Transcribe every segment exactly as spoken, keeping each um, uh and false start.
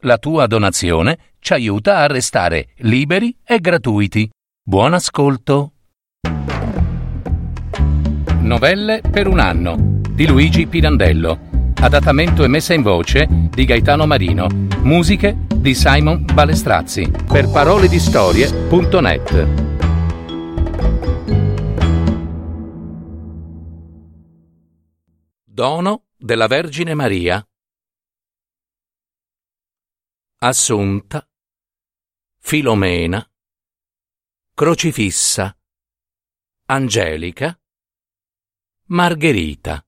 La tua donazione ci aiuta a restare liberi e gratuiti. Buon ascolto. Novelle per un anno di Luigi Pirandello. Adattamento e messa in voce di Gaetano Marino. Musiche di Simon Balestrazzi. Per paroledistorie punto net. Dono della Vergine Maria. Assunta, Filomena, Crocifissa, Angelica, Margherita.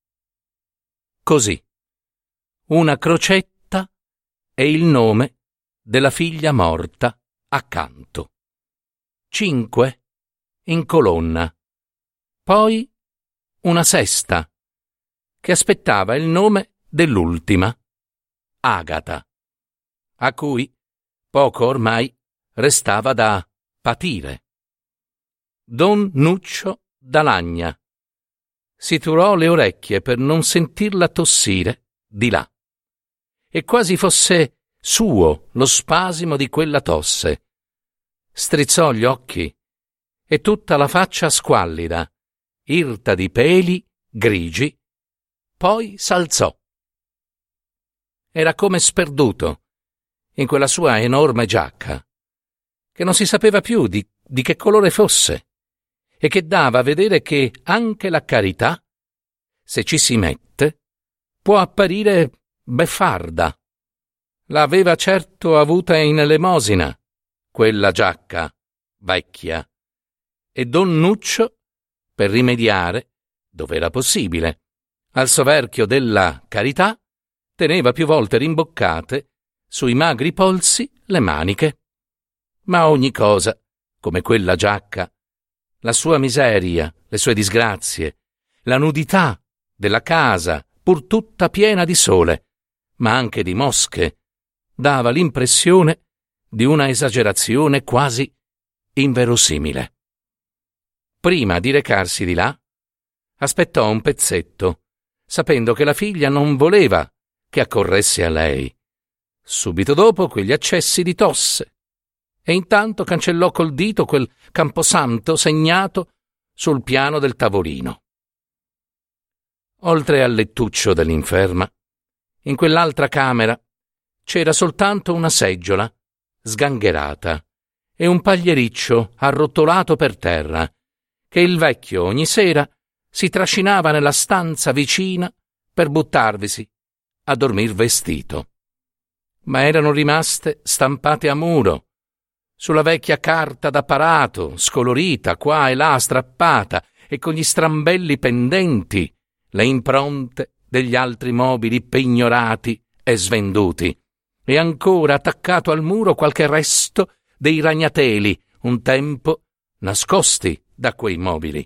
Così, una crocetta e il nome della figlia morta accanto. Cinque in colonna. Poi una sesta che aspettava il nome dell'ultima, Agata, a cui poco ormai restava da patire. Don Nuccio D'Alagna si turò le orecchie per non sentirla tossire di là, e quasi fosse suo lo spasimo di quella tosse. Strizzò gli occhi e tutta la faccia squallida, irta di peli grigi, poi s'alzò. Era come sperduto in quella sua enorme giacca, che non si sapeva più di, di che colore fosse, e che dava a vedere che anche la carità, se ci si mette, può apparire beffarda. L'aveva certo avuta in elemosina, quella giacca vecchia, e don Nuccio, per rimediare, dove era possibile, al soverchio della carità, teneva più volte rimboccate sui magri polsi le maniche. Ma ogni cosa, come quella giacca, la sua miseria, le sue disgrazie, la nudità della casa, pur tutta piena di sole, ma anche di mosche, dava l'impressione di una esagerazione quasi inverosimile. Prima di recarsi di là, aspettò un pezzetto, sapendo che la figlia non voleva che accorresse a lei. Subito dopo quegli accessi di tosse, e intanto cancellò col dito quel camposanto segnato sul piano del tavolino. Oltre al lettuccio dell'inferma, in quell'altra camera c'era soltanto una seggiola sgangherata e un pagliericcio arrotolato per terra, che il vecchio ogni sera si trascinava nella stanza vicina per buttarvisi a dormir vestito. Ma erano rimaste stampate a muro, sulla vecchia carta d'apparato, scolorita qua e là, strappata, e con gli strambelli pendenti, le impronte degli altri mobili pignorati e svenduti, e ancora attaccato al muro qualche resto dei ragnateli, un tempo nascosti da quei mobili.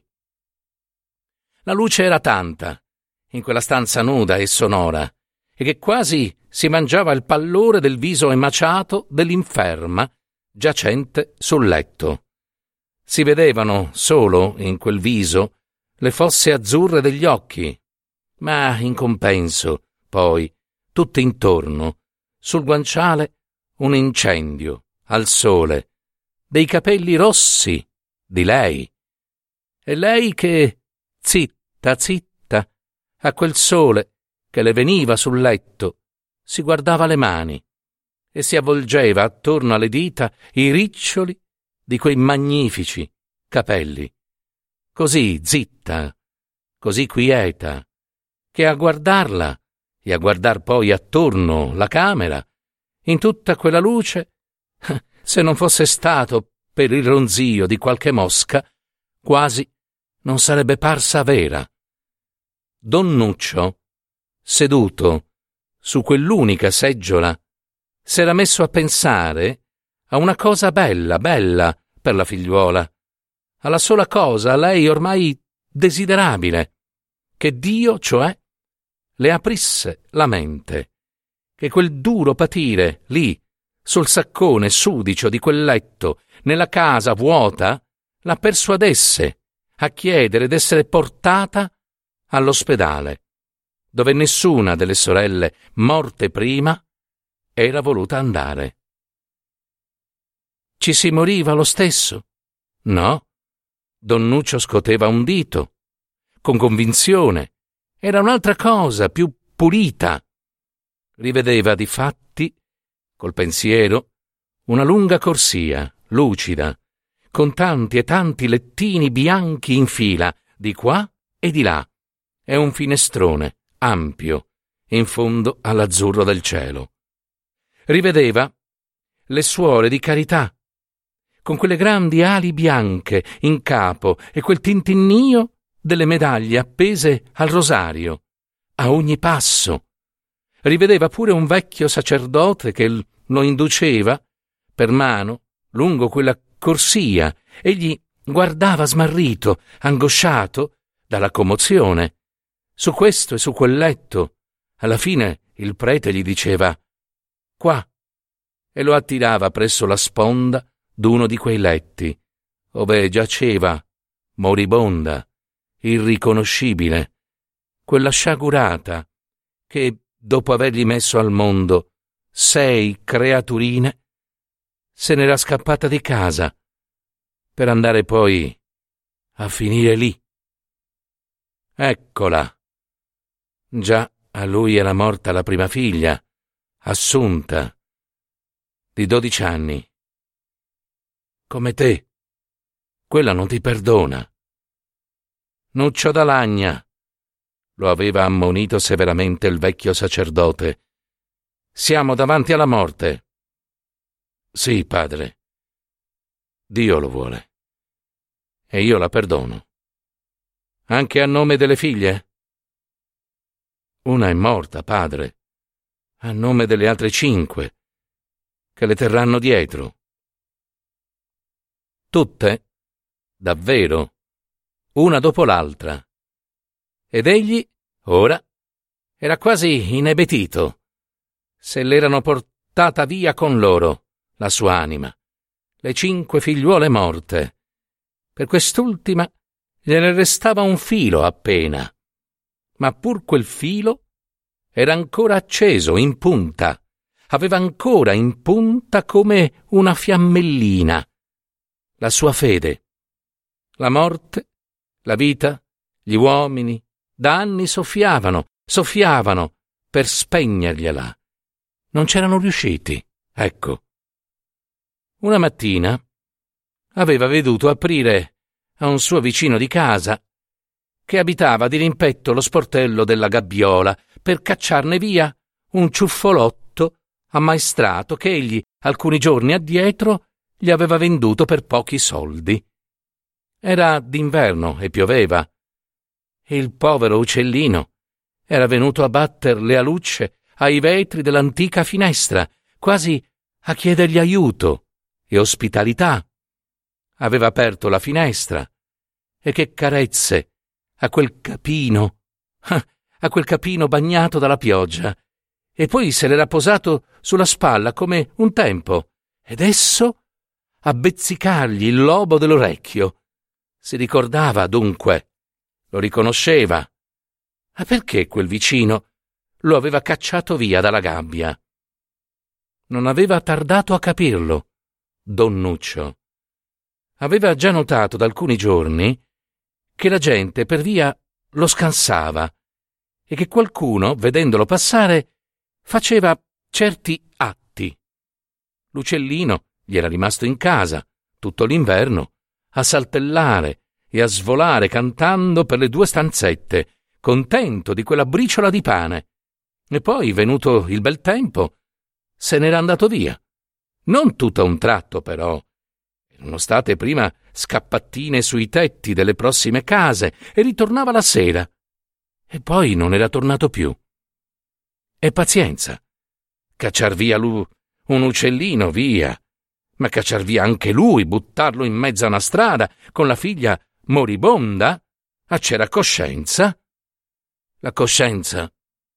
La luce era tanta in quella stanza nuda e sonora, e che quasi si mangiava il pallore del viso emaciato dell'inferma giacente sul letto. Si vedevano solo in quel viso le fosse azzurre degli occhi, ma in compenso, poi, tutto intorno, sul guanciale, un incendio al sole, dei capelli rossi di lei, e lei che, zitta, zitta, a quel sole che le veniva sul letto, si guardava le mani e si avvolgeva attorno alle dita i riccioli di quei magnifici capelli, così zitta, così quieta, che a guardarla e a guardar poi attorno la camera, in tutta quella luce, se non fosse stato per il ronzio di qualche mosca, quasi non sarebbe parsa vera. Don Nuccio, seduto su quell'unica seggiola, s'era messo a pensare a una cosa bella, bella per la figliuola, alla sola cosa a lei ormai desiderabile, che Dio, cioè, le aprisse la mente, che quel duro patire lì, sul saccone sudicio di quel letto, nella casa vuota, la persuadesse a chiedere d'essere portata all'ospedale, dove nessuna delle sorelle morte prima era voluta andare. Ci si moriva lo stesso? No. Don Nuccio scoteva un dito, con convinzione. Era un'altra cosa, più pulita. Rivedeva difatti, col pensiero, una lunga corsia, lucida, con tanti e tanti lettini bianchi in fila, di qua e di là, e un finestrone ampio, in fondo all'azzurro del cielo. Rivedeva le suore di carità, con quelle grandi ali bianche in capo e quel tintinnio delle medaglie appese al rosario, a ogni passo. Rivedeva pure un vecchio sacerdote che lo induceva, per mano, lungo quella corsia. Egli guardava smarrito, angosciato dalla commozione. Su questo e su quel letto. Alla fine il prete gli diceva «Qua», e lo attirava presso la sponda d'uno di quei letti, ove giaceva, moribonda, irriconoscibile, quella sciagurata che, dopo avergli messo al mondo sei creaturine, se n'era scappata di casa per andare poi a finire lì. Eccola. Già a lui era morta la prima figlia, Assunta, di dodici anni. Come te. Quella non ti perdona. Nuccio d'Alagna, lo aveva ammonito severamente il vecchio sacerdote. Siamo davanti alla morte. Sì, padre. Dio lo vuole. E io la perdono. Anche a nome delle figlie? Una è morta, padre. A nome delle altre cinque, che le terranno dietro. Tutte? Davvero? Una dopo l'altra. Ed egli, ora, era quasi inebetito. Se l'erano portata via con loro, la sua anima, le cinque figliuole morte. Per quest'ultima gliene restava un filo appena, ma pur quel filo era ancora acceso, in punta, aveva ancora in punta come una fiammellina la sua fede. La morte, la vita, gli uomini, da anni soffiavano, soffiavano per spegnergliela. Non c'erano riusciti, ecco. Una mattina aveva veduto aprire a un suo vicino di casa, che abitava di rimpetto lo sportello della gabbiola, per cacciarne via un ciuffolotto ammaestrato che egli, alcuni giorni addietro, gli aveva venduto per pochi soldi. Era d'inverno e pioveva, e il povero uccellino era venuto a batter le alucce ai vetri dell'antica finestra, quasi a chiedergli aiuto e ospitalità. Aveva aperto la finestra, e che carezze a quel capino, a quel capino bagnato dalla pioggia, e poi se l'era posato sulla spalla come un tempo, ed esso a bezzicargli il lobo dell'orecchio. Si ricordava dunque, lo riconosceva. Ma perché quel vicino lo aveva cacciato via dalla gabbia? Non aveva tardato a capirlo, don Nuccio. Aveva già notato da alcuni giorni che la gente per via lo scansava e che qualcuno, vedendolo passare, faceva certi atti. L'uccellino gli era rimasto in casa tutto l'inverno a saltellare e a svolare cantando per le due stanzette, contento di quella briciola di pane. E poi, venuto il bel tempo, se n'era andato via. Non tutto a un tratto, però. Erano state prima scappattine sui tetti delle prossime case e ritornava la sera. E poi non era tornato più. E pazienza. Cacciar via lui un uccellino, via. Ma cacciar via anche lui, buttarlo in mezzo a una strada con la figlia moribonda? Ah, c'era coscienza? La coscienza.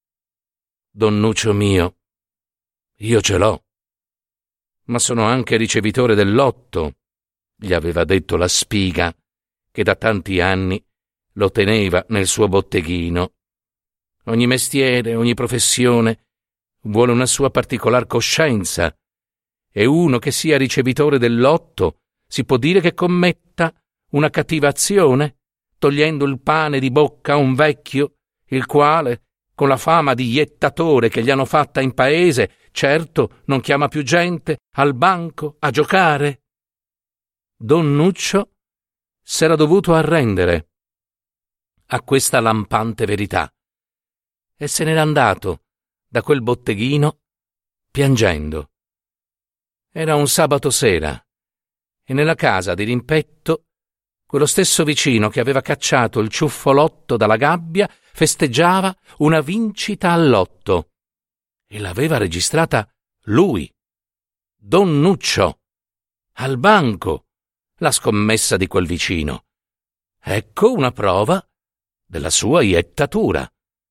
Don Nuccio mio, io ce l'ho. Ma sono anche ricevitore del lotto, gli aveva detto la spiga, che da tanti anni lo teneva nel suo botteghino. Ogni mestiere, ogni professione vuole una sua particolar coscienza, e uno che sia ricevitore del lotto si può dire che commetta una cattiva azione, togliendo il pane di bocca a un vecchio, il quale, con la fama di iettatore che gli hanno fatta in paese, certo non chiama più gente al banco a giocare. Don Nuccio s'era dovuto arrendere a questa lampante verità e se n'era andato da quel botteghino piangendo. Era un sabato sera e nella casa di rimpetto quello stesso vicino che aveva cacciato il ciuffolotto dalla gabbia festeggiava una vincita al lotto e l'aveva registrata lui, Don Nuccio, al banco, la scommessa di quel vicino. Ecco una prova della sua iettatura.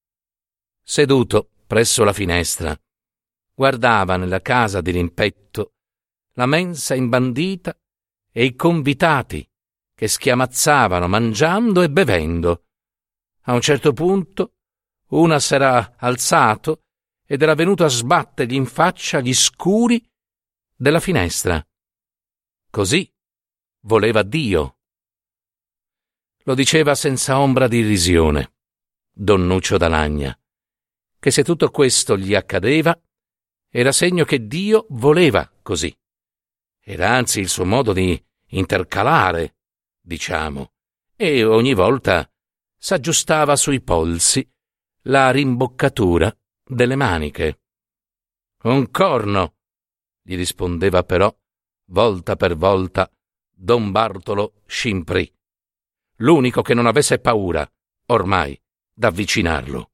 Seduto presso la finestra, guardava nella casa di rimpetto la mensa imbandita e i convitati che schiamazzavano mangiando e bevendo. A un certo punto una s'era alzato ed era venuto a sbattergli in faccia gli scuri della finestra. Così voleva Dio. Lo diceva senza ombra di irrisione Don Nuccio d'Alagna, che se tutto questo gli accadeva era segno che Dio voleva così. Era anzi il suo modo di intercalare, diciamo, e ogni volta s'aggiustava sui polsi la rimboccatura delle maniche. Un corno, gli rispondeva però, volta per volta, Don Bartolo Scimpri, l'unico che non avesse paura, ormai, d'avvicinarlo.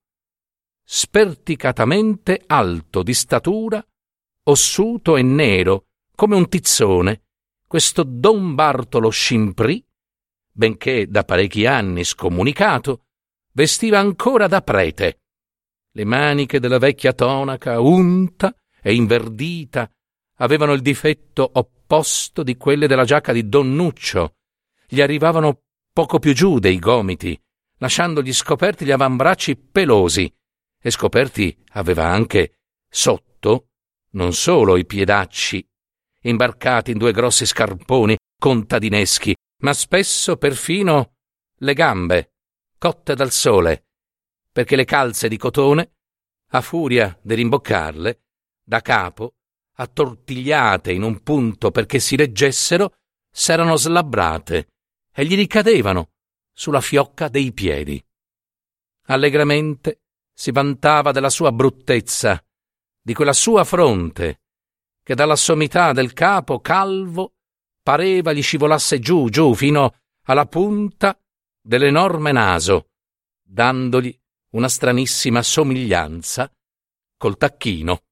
Sperticatamente alto di statura, ossuto e nero, come un tizzone, questo Don Bartolo Scimpri, benché da parecchi anni scomunicato, vestiva ancora da prete. Le maniche della vecchia tonaca, unta e inverdita, avevano il difetto opposto di quelle della giacca di Don Nuccio. Gli arrivavano poco più giù dei gomiti, lasciandogli scoperti gli avambracci pelosi, e scoperti aveva anche sotto non solo i piedacci, imbarcati in due grossi scarponi contadineschi, ma spesso perfino le gambe, cotte dal sole, perché le calze di cotone, a furia di rimboccarle, da capo, attortigliate in un punto perché si reggessero, s'erano slabbrate e gli ricadevano sulla fiocca dei piedi. Allegramente si vantava della sua bruttezza, di quella sua fronte, che dalla sommità del capo calvo pareva gli scivolasse giù, giù, fino alla punta dell'enorme naso, dandogli una stranissima somiglianza col tacchino.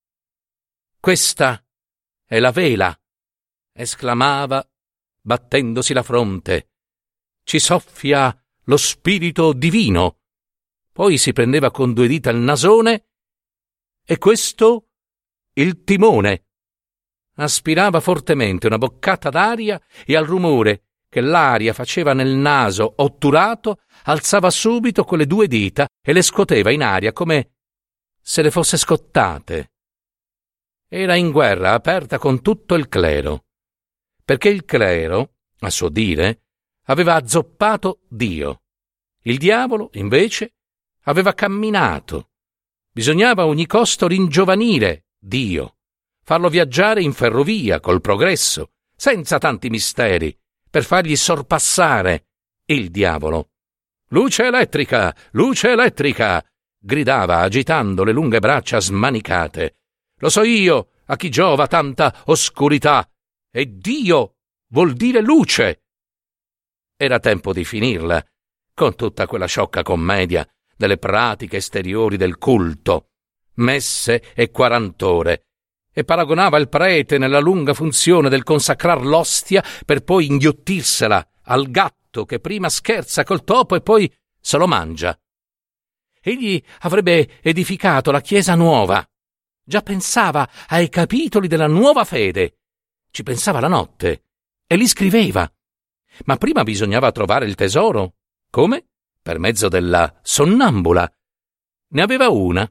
«Questa è la vela!» esclamava, battendosi la fronte. «Ci soffia lo spirito divino!» Poi si prendeva con due dita il nasone. «E questo il timone!» Aspirava fortemente una boccata d'aria e al rumore che l'aria faceva nel naso otturato alzava subito quelle due dita e le scoteva in aria come se le fosse scottate. Era in guerra aperta con tutto il clero, perché il clero, a suo dire, aveva azzoppato Dio. Il diavolo, invece, aveva camminato. Bisognava a ogni costo ringiovanire Dio, farlo viaggiare in ferrovia col progresso, senza tanti misteri, per fargli sorpassare il diavolo. «Luce elettrica! Luce elettrica!» gridava agitando le lunghe braccia smanicate. «Lo so io a chi giova tanta oscurità! E Dio vuol dire luce!» Era tempo di finirla con tutta quella sciocca commedia delle pratiche esteriori del culto, messe e quarant'ore, e paragonava il prete nella lunga funzione del consacrar l'ostia per poi inghiottirsela al gatto che prima scherza col topo e poi se lo mangia. Egli avrebbe edificato la chiesa nuova. Già pensava ai capitoli della nuova fede. Ci pensava la notte e li scriveva. Ma prima bisognava trovare il tesoro. Come? Per mezzo della sonnambula. Ne aveva una,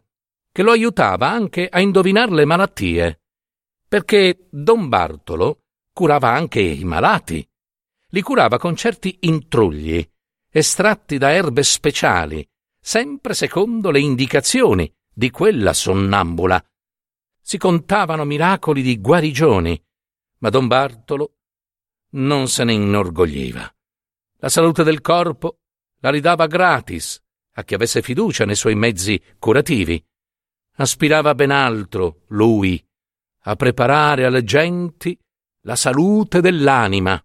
che lo aiutava anche a indovinar le malattie, perché don Bartolo curava anche i malati. Li curava con certi intrugli, estratti da erbe speciali, sempre secondo le indicazioni di quella sonnambula. Si contavano miracoli di guarigioni, ma don Bartolo non se ne inorgogliva. La salute del corpo la ridava gratis a chi avesse fiducia nei suoi mezzi curativi. Aspirava ben altro, lui, a preparare alle genti la salute dell'anima.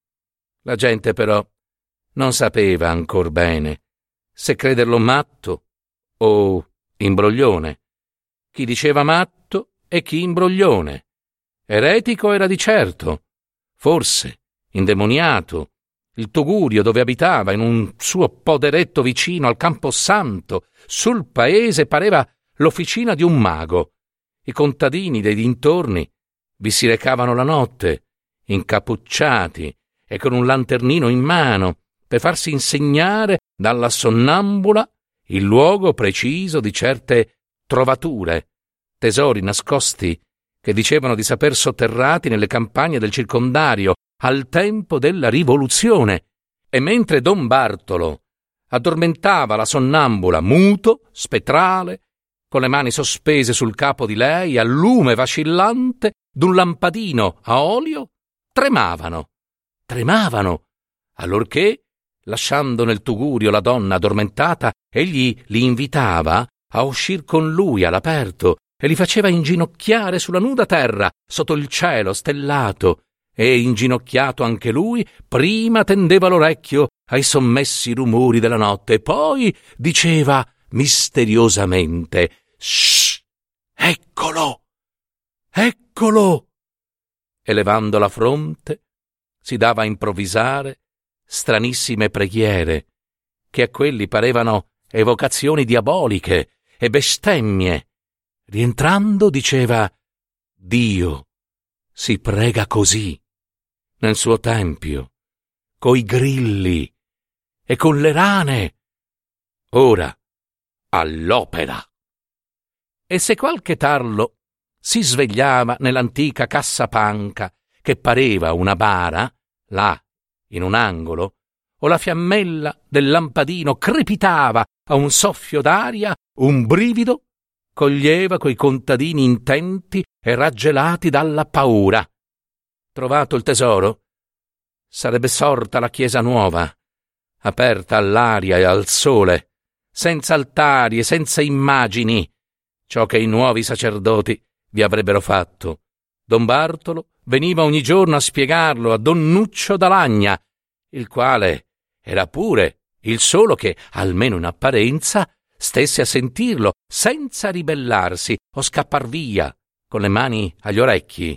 La gente però non sapeva ancor bene se crederlo matto o imbroglione. Chi diceva matto e chi imbroglione. Eretico era di certo, forse indemoniato. Il Tugurio, dove abitava, in un suo poderetto vicino al Camposanto, sul paese, pareva l'officina di un mago. I contadini dei dintorni vi si recavano la notte, incappucciati e con un lanternino in mano, per farsi insegnare dalla sonnambula il luogo preciso di certe trovature, tesori nascosti che dicevano di saper sotterrati nelle campagne del circondario al tempo della rivoluzione. E mentre don Bartolo addormentava la sonnambula muto, spettrale, con le mani sospese sul capo di lei al lume vacillante d'un lampadino a olio, tremavano, tremavano, allorché, lasciando nel Tugurio la donna addormentata, egli li invitava a uscir con lui all'aperto e li faceva inginocchiare sulla nuda terra sotto il cielo stellato, e inginocchiato anche lui prima tendeva l'orecchio ai sommessi rumori della notte e poi diceva misteriosamente: «Shh! Eccolo! Eccolo!» E levando la fronte si dava a improvvisare stranissime preghiere che a quelli parevano evocazioni diaboliche e bestemmie. Rientrando diceva: «Dio si prega così, nel suo tempio, coi grilli e con le rane. Ora all'opera!» E se qualche tarlo si svegliava nell'antica cassapanca che pareva una bara, là, in un angolo, o la fiammella del lampadino crepitava a un soffio d'aria, un brivido coglieva quei contadini intenti e raggelati dalla paura. Trovato il tesoro, sarebbe sorta la chiesa nuova, aperta all'aria e al sole, senza altari e senza immagini, ciò che i nuovi sacerdoti vi avrebbero fatto. Don Bartolo veniva ogni giorno a spiegarlo a don Nuccio d'Alagna, il quale era pure il solo che, almeno in apparenza, stesse a sentirlo senza ribellarsi o scappar via con le mani agli orecchi.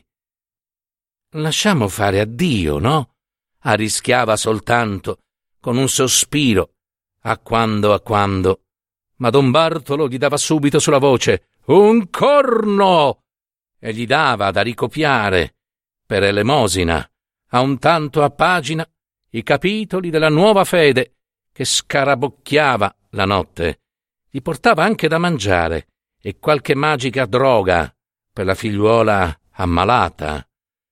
«Lasciamo fare a Dio, no?» arrischiava soltanto con un sospiro, a quando a quando, ma don Bartolo gli dava subito sulla voce: «Un corno!» e gli dava da ricopiare, per elemosina, a un tanto a pagina, i capitoli della nuova fede che scarabocchiava la notte. Gli portava anche da mangiare e qualche magica droga per la figliuola ammalata.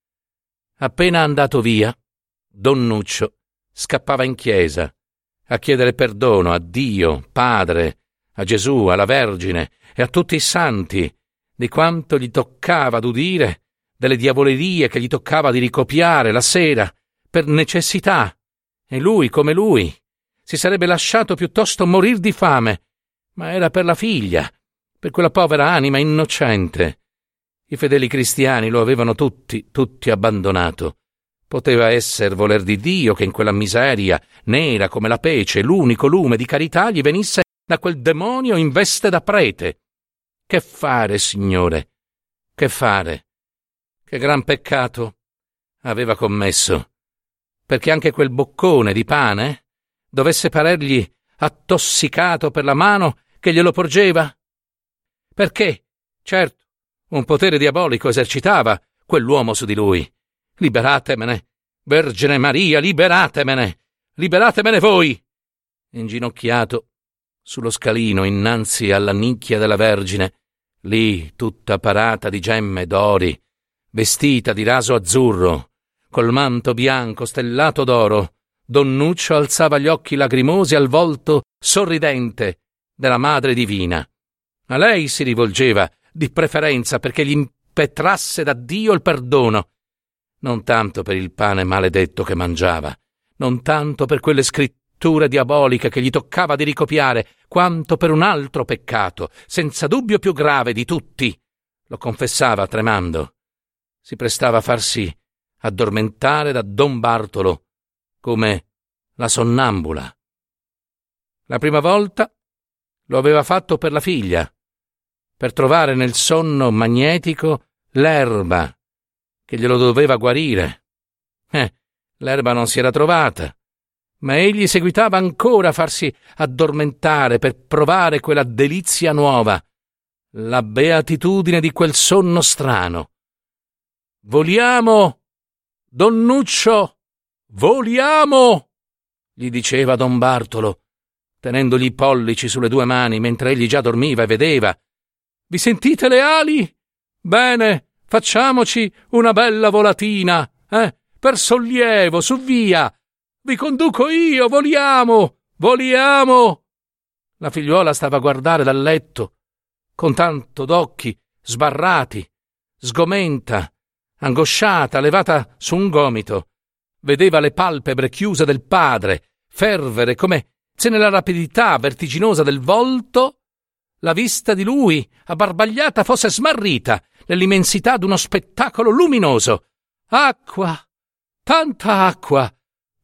Appena andato via, don Nuccio scappava in chiesa a chiedere perdono a Dio, Padre, a Gesù, alla Vergine e a tutti i santi di quanto gli toccava d'udire, delle diavolerie che gli toccava di ricopiare la sera per necessità, e lui, come lui, si sarebbe lasciato piuttosto morir di fame, ma era per la figlia, per quella povera anima innocente. I fedeli cristiani lo avevano tutti, tutti abbandonato. Poteva esser voler di Dio che in quella miseria, nera come la pece, l'unico lume di carità gli venisse da quel demonio in veste da prete. Che fare, Signore? Che fare? Che gran peccato aveva commesso, perché anche quel boccone di pane dovesse parergli attossicato per la mano che glielo porgeva? Perché, certo, un potere diabolico esercitava quell'uomo su di lui. Liberatemene, Vergine Maria, liberatemene, liberatemene voi! Inginocchiato sullo scalino innanzi alla nicchia della Vergine, Lì, tutta parata di gemme d'ori, vestita di raso azzurro, col manto bianco stellato d'oro, Don Nuccio alzava gli occhi lagrimosi al volto sorridente della Madre Divina. A lei si rivolgeva di preferenza perché gli impetrasse da Dio il perdono, non tanto per il pane maledetto che mangiava, non tanto per quelle scritture diaboliche che gli toccava di ricopiare, quanto per un altro peccato, senza dubbio più grave di tutti. Lo confessava tremando. Si prestava a farsi addormentare da Don Bartolo come la sonnambula. La prima volta lo aveva fatto per la figlia, per trovare nel sonno magnetico l'erba che glielo doveva guarire. Eh, l'erba non si era trovata, ma egli seguitava ancora a farsi addormentare per provare quella delizia nuova, la beatitudine di quel sonno strano. «Voliamo, Don Nuccio, voliamo!» gli diceva Don Bartolo, tenendogli i pollici sulle due mani mentre egli già dormiva e vedeva. «Vi sentite le ali? Bene, facciamoci una bella volatina, eh? Per sollievo, su via! Vi conduco io, voliamo, voliamo!» La figliuola stava a guardare dal letto, con tanto d'occhi sbarrati, sgomenta, angosciata, levata su un gomito. Vedeva le palpebre chiuse del padre fervere come se nella rapidità vertiginosa del volto la vista di lui, abbarbagliata, fosse smarrita nell'immensità d'uno spettacolo luminoso. «Acqua! Tanta acqua!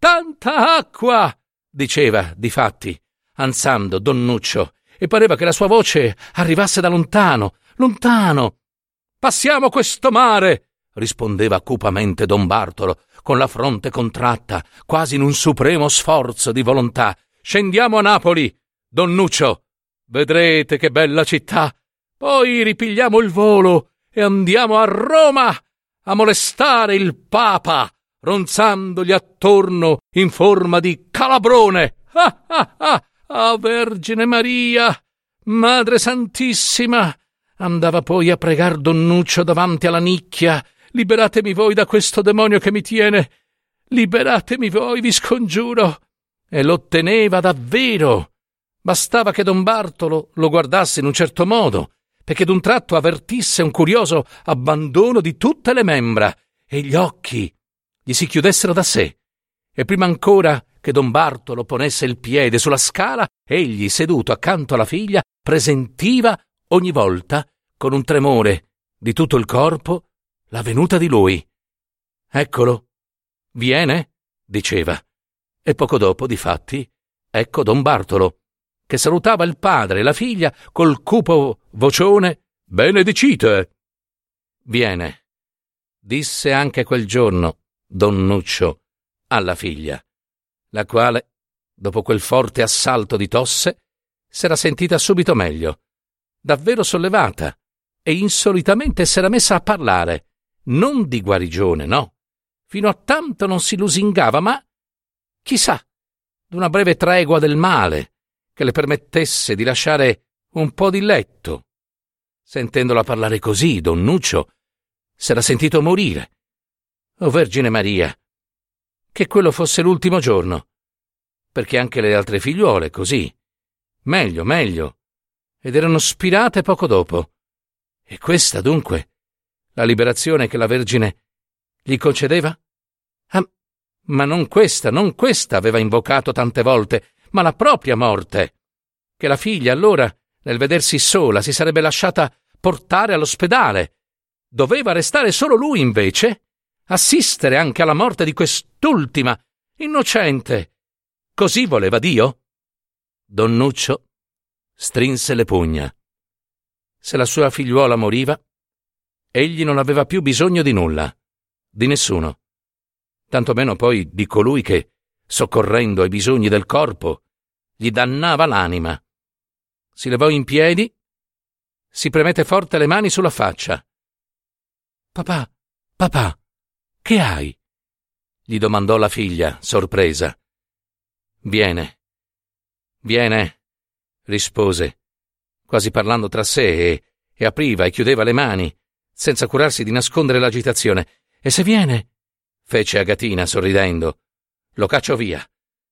Tanta acqua!» diceva, difatti, ansando Don Nuccio, e pareva che la sua voce arrivasse da lontano, lontano. «Passiamo questo mare!» rispondeva cupamente Don Bartolo, con la fronte contratta, quasi in un supremo sforzo di volontà. «Scendiamo a Napoli, Don Nuccio! Vedrete che bella città! Poi ripigliamo il volo e andiamo a Roma a molestare il Papa, ronzandogli attorno in forma di calabrone! Ah ah ah! Ah, Vergine Maria! Madre Santissima!» Andava poi a pregar Don Nuccio davanti alla nicchia. «Liberatemi voi da questo demonio che mi tiene! Liberatemi voi, vi scongiuro!» E lo teneva davvero. Bastava che Don Bartolo lo guardasse in un certo modo, perché d'un tratto avvertisse un curioso abbandono di tutte le membra e gli occhi gli si chiudessero da sé. E prima ancora che Don Bartolo ponesse il piede sulla scala, egli, seduto accanto alla figlia, presentiva ogni volta, con un tremore di tutto il corpo, la venuta di lui. «Eccolo, viene», diceva. E poco dopo, difatti, ecco Don Bartolo, che salutava il padre e la figlia col cupo vocione «Benedicite!» «Viene», disse anche quel giorno Don Nuccio alla figlia, la quale, dopo quel forte assalto di tosse, s'era sentita subito meglio, davvero sollevata, e insolitamente s'era messa a parlare, non di guarigione, no, fino a tanto non si lusingava, ma, chissà, d'una breve tregua del male che le permettesse di lasciare un po' di letto. Sentendola parlare così, Don Nuccio s'era sentito morire. Oh Vergine Maria, che quello fosse l'ultimo giorno, perché anche le altre figliuole così, meglio, meglio, ed erano spirate poco dopo. E questa, dunque, la liberazione che la Vergine gli concedeva? Ah, ma non questa, non questa aveva invocato tante volte, ma la propria morte, che la figlia allora, nel vedersi sola, si sarebbe lasciata portare all'ospedale. Doveva restare solo lui, invece, assistere anche alla morte di quest'ultima, innocente. Così voleva Dio? Don Nuccio strinse le pugna. Se la sua figliuola moriva, egli non aveva più bisogno di nulla, di nessuno, tantomeno poi di colui che, soccorrendo ai bisogni del corpo, gli dannava l'anima. Si levò in piedi, si premette forte le mani sulla faccia. «Papà, papà, che hai?» gli domandò la figlia, sorpresa. «Viene, viene», rispose, quasi parlando tra sé, e, e apriva e chiudeva le mani, senza curarsi di nascondere l'agitazione. «E se viene?» fece Agatina sorridendo. «Lo caccio via.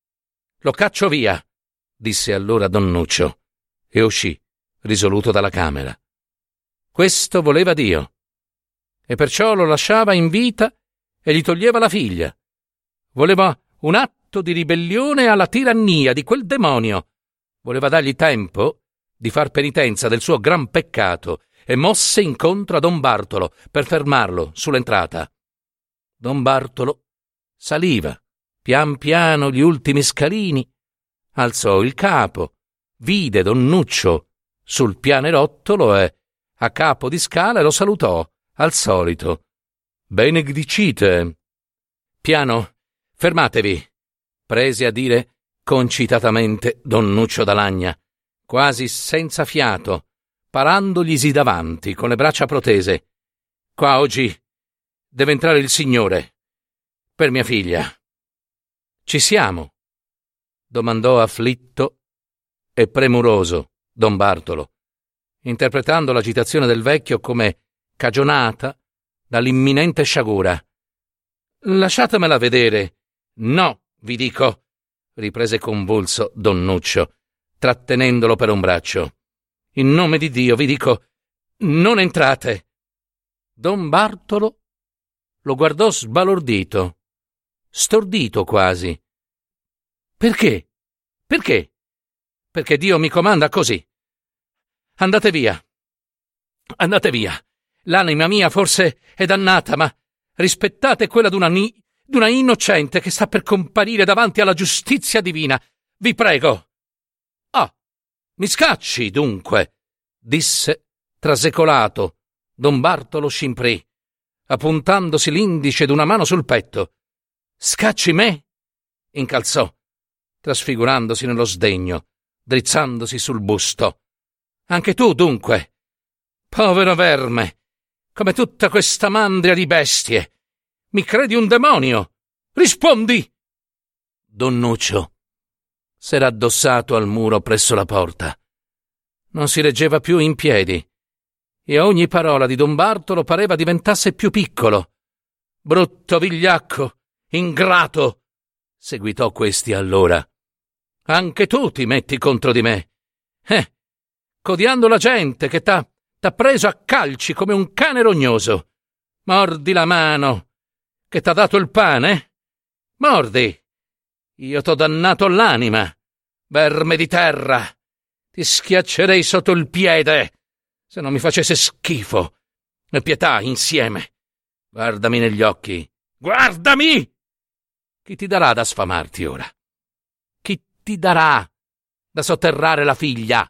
Lo caccio via», disse allora don Nuccio, e uscì, risoluto dalla camera. Questo voleva Dio, e perciò lo lasciava in vita e gli toglieva la figlia. Voleva un atto di ribellione alla tirannia di quel demonio. Voleva dargli tempo di far penitenza del suo gran peccato e mosse incontro a don Bartolo per fermarlo sull'entrata. Don Bartolo saliva pian piano gli ultimi scalini, alzò il capo, vide don Nuccio sul pianerottolo e, a capo di scala, lo salutò al solito. «Benedicite!» «Piano, fermatevi!» prese a dire concitatamente don Nuccio d'Alagna, quasi senza fiato, parandoglisi davanti con le braccia protese. «Qua oggi deve entrare il Signore, per mia figlia». «Ci siamo?» domandò afflitto e premuroso don Bartolo, interpretando l'agitazione del vecchio come cagionata dall'imminente sciagura. «Lasciatemela vedere». «No, vi dico», riprese convulso don Nuccio, trattenendolo per un braccio. «In nome di Dio vi dico, non entrate». Don Bartolo lo guardò sbalordito, stordito quasi. «Perché? Perché?» «Perché Dio mi comanda così. Andate via. Andate via. L'anima mia forse è dannata, ma rispettate quella d'una ni- d'una innocente che sta per comparire davanti alla giustizia divina. Vi prego». «Ah, mi scacci, dunque», disse trasecolato don Bartolo Scimprì, appuntandosi l'indice d'una mano sul petto. «Scacci me?» incalzò, trasfigurandosi nello sdegno, drizzandosi sul busto. «Anche tu, dunque? Povero verme, come tutta questa mandria di bestie. Mi credi un demonio? Rispondi!» Don Nuccio s'era addossato al muro presso la porta. Non si reggeva più in piedi, e ogni parola di don Bartolo pareva diventasse più piccolo. «Brutto vigliacco, ingrato!» seguitò questi allora. «Anche tu ti metti contro di me. Eh, codiando la gente che t'ha, t'ha preso a calci come un cane rognoso. Mordi la mano che t'ha dato il pane. Mordi. Io t'ho dannato l'anima. Verme di terra. Ti schiaccerei sotto il piede se non mi facesse schifo e pietà insieme. Guardami negli occhi. Guardami! Chi ti darà da sfamarti ora? Chi ti darà da sotterrare la figlia?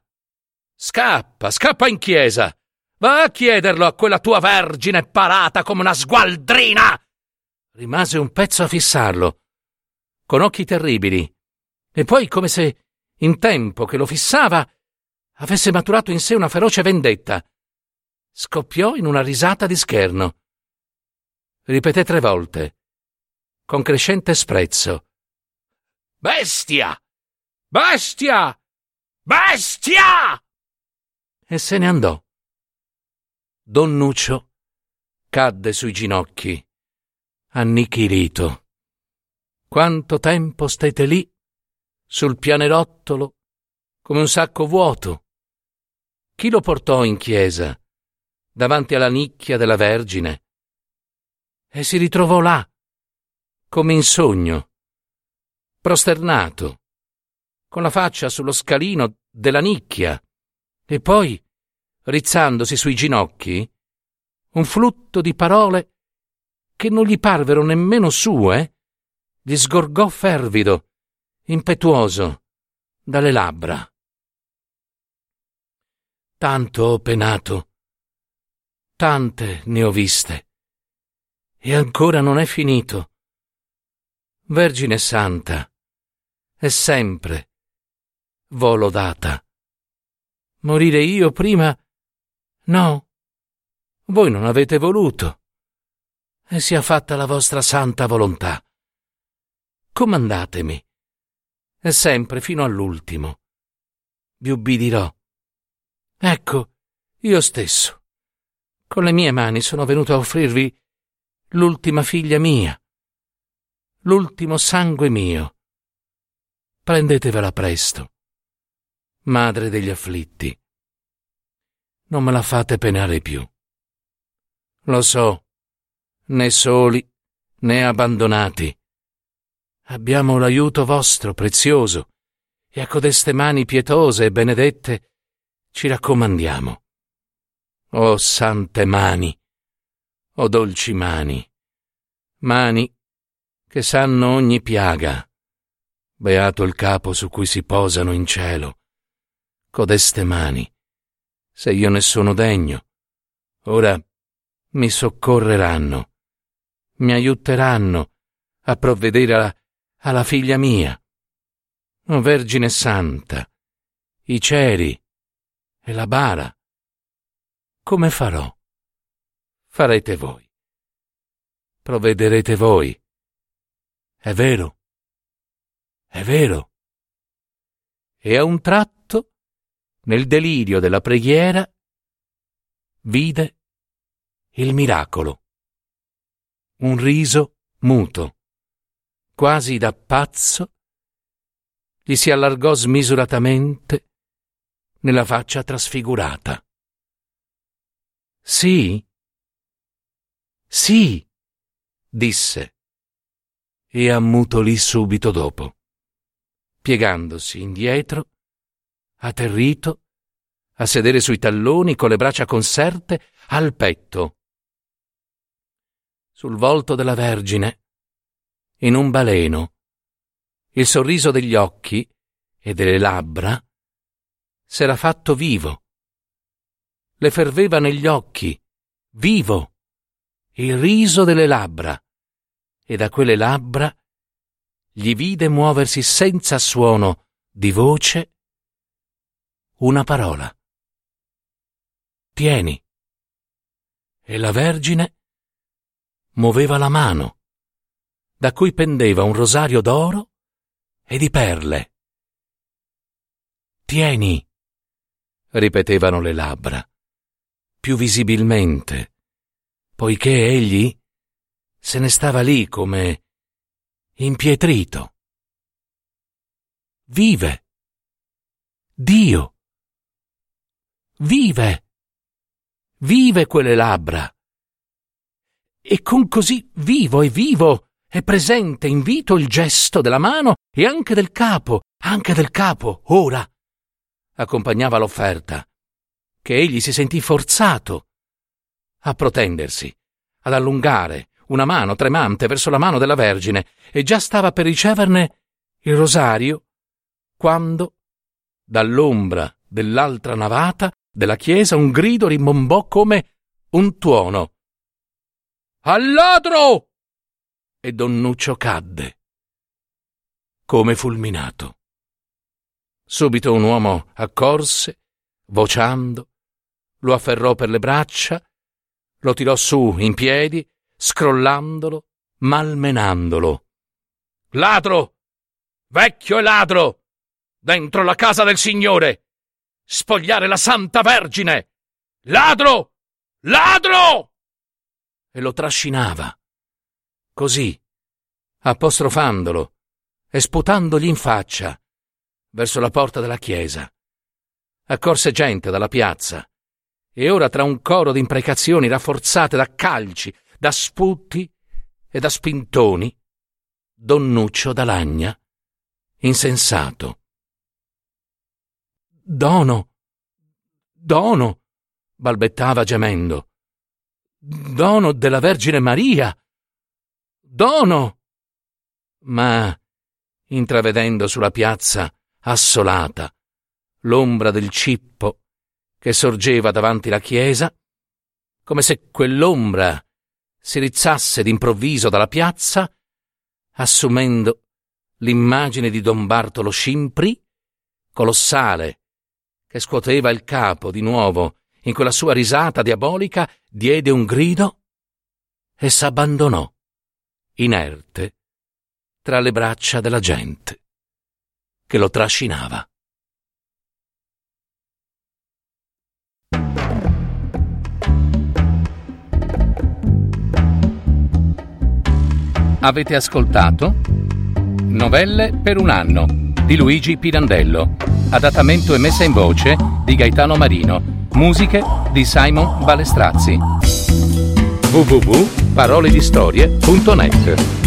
Scappa, scappa in chiesa. Va a chiederlo a quella tua vergine parata come una sgualdrina!» Rimase un pezzo a fissarlo, con occhi terribili, e poi, come se in tempo che lo fissava avesse maturato in sé una feroce vendetta, scoppiò in una risata di scherno. Ripeté tre volte, con crescente sprezzo: «Bestia! Bestia! Bestia!» e se ne andò. Don Nuccio cadde sui ginocchi, annichilito. Quanto tempo stette lì, sul pianerottolo, come un sacco vuoto? Chi lo portò in chiesa, davanti alla nicchia della Vergine? E si ritrovò là, come in sogno, prosternato, con la faccia sullo scalino della nicchia, e poi, rizzandosi sui ginocchi, un flutto di parole che non gli parvero nemmeno sue, gli sgorgò fervido, impetuoso, dalle labbra. «Tanto ho penato, tante ne ho viste, e ancora non è finito. Vergine Santa, e sempre v'ho lodata. Morire io prima? No, voi non avete voluto, e sia fatta la vostra santa volontà. Comandatemi, e sempre fino all'ultimo vi ubbidirò. Ecco Io stesso, con le mie mani, sono venuto a offrirvi l'ultima figlia mia, l'ultimo sangue mio. Prendetevela presto, madre degli afflitti. Non me la fate penare più. Lo so, né soli né abbandonati. Abbiamo l'aiuto vostro prezioso e a codeste mani pietose e benedette ci raccomandiamo. O sante mani, o dolci mani, mani che sanno ogni piaga. Beato il capo su cui si posano in cielo. Codeste mani, se io ne sono degno, ora mi soccorreranno, mi aiuteranno a provvedere alla, alla figlia mia. O Vergine Santa, i ceri e la bara. Come farò? Farete voi. Provvederete voi. È vero? È vero. E a un tratto, nel delirio della preghiera, vide il miracolo. Un riso muto, quasi da pazzo, gli si allargò smisuratamente nella faccia trasfigurata. Sì, sì, disse, e ammutolì subito dopo, piegandosi indietro, atterrito, a sedere sui talloni con le braccia conserte al petto. Sul volto della Vergine, in un baleno, il sorriso degli occhi e delle labbra s'era fatto vivo. Le ferveva negli occhi, vivo, il riso delle labbra, e da quelle labbra gli vide muoversi senza suono di voce una parola. Tieni. E la Vergine muoveva la mano, da cui pendeva un rosario d'oro e di perle. Tieni, ripetevano le labbra, più visibilmente, poiché egli se ne stava lì come impietrito. Vive! Dio! Vive! Vive quelle labbra! E con così vivo e vivo e presente invito il gesto della mano e anche del capo, anche del capo, ora, accompagnava l'offerta, che egli si sentì forzato a protendersi, ad allungare una mano tremante verso la mano della Vergine, e già stava per riceverne il rosario, quando, dall'ombra dell'altra navata della chiesa, un grido rimbombò come un tuono. «Al ladro!» E don Nuccio cadde, come fulminato. Subito un uomo accorse, vociando, lo afferrò per le braccia, lo tirò su in piedi, scrollandolo, malmenandolo. «Ladro! Vecchio e ladro! Dentro la casa del Signore! Spogliare la Santa Vergine! Ladro! Ladro!» E lo trascinava, così, apostrofandolo e sputandogli in faccia, verso la porta della chiesa. Accorse gente dalla piazza, e ora tra un coro di imprecazioni rafforzate da calci, da sputi e da spintoni, don Nuccio d'Alagna, insensato. «Dono, dono», balbettava gemendo, «dono della Vergine Maria, dono!» Ma, intravedendo sulla piazza assolata l'ombra del cippo che sorgeva davanti la chiesa, come se quell'ombra si rizzasse d'improvviso dalla piazza, assumendo l'immagine di don Bartolo Scimpri, colossale, che scuoteva il capo di nuovo in quella sua risata diabolica, diede un grido e s'abbandonò, inerte, tra le braccia della gente che lo trascinava. Avete ascoltato Novelle per un anno di Luigi Pirandello, adattamento e messa in voce di Gaetano Marino, musiche di Simon Balestrazzi. w w w punto paroledistorie punto net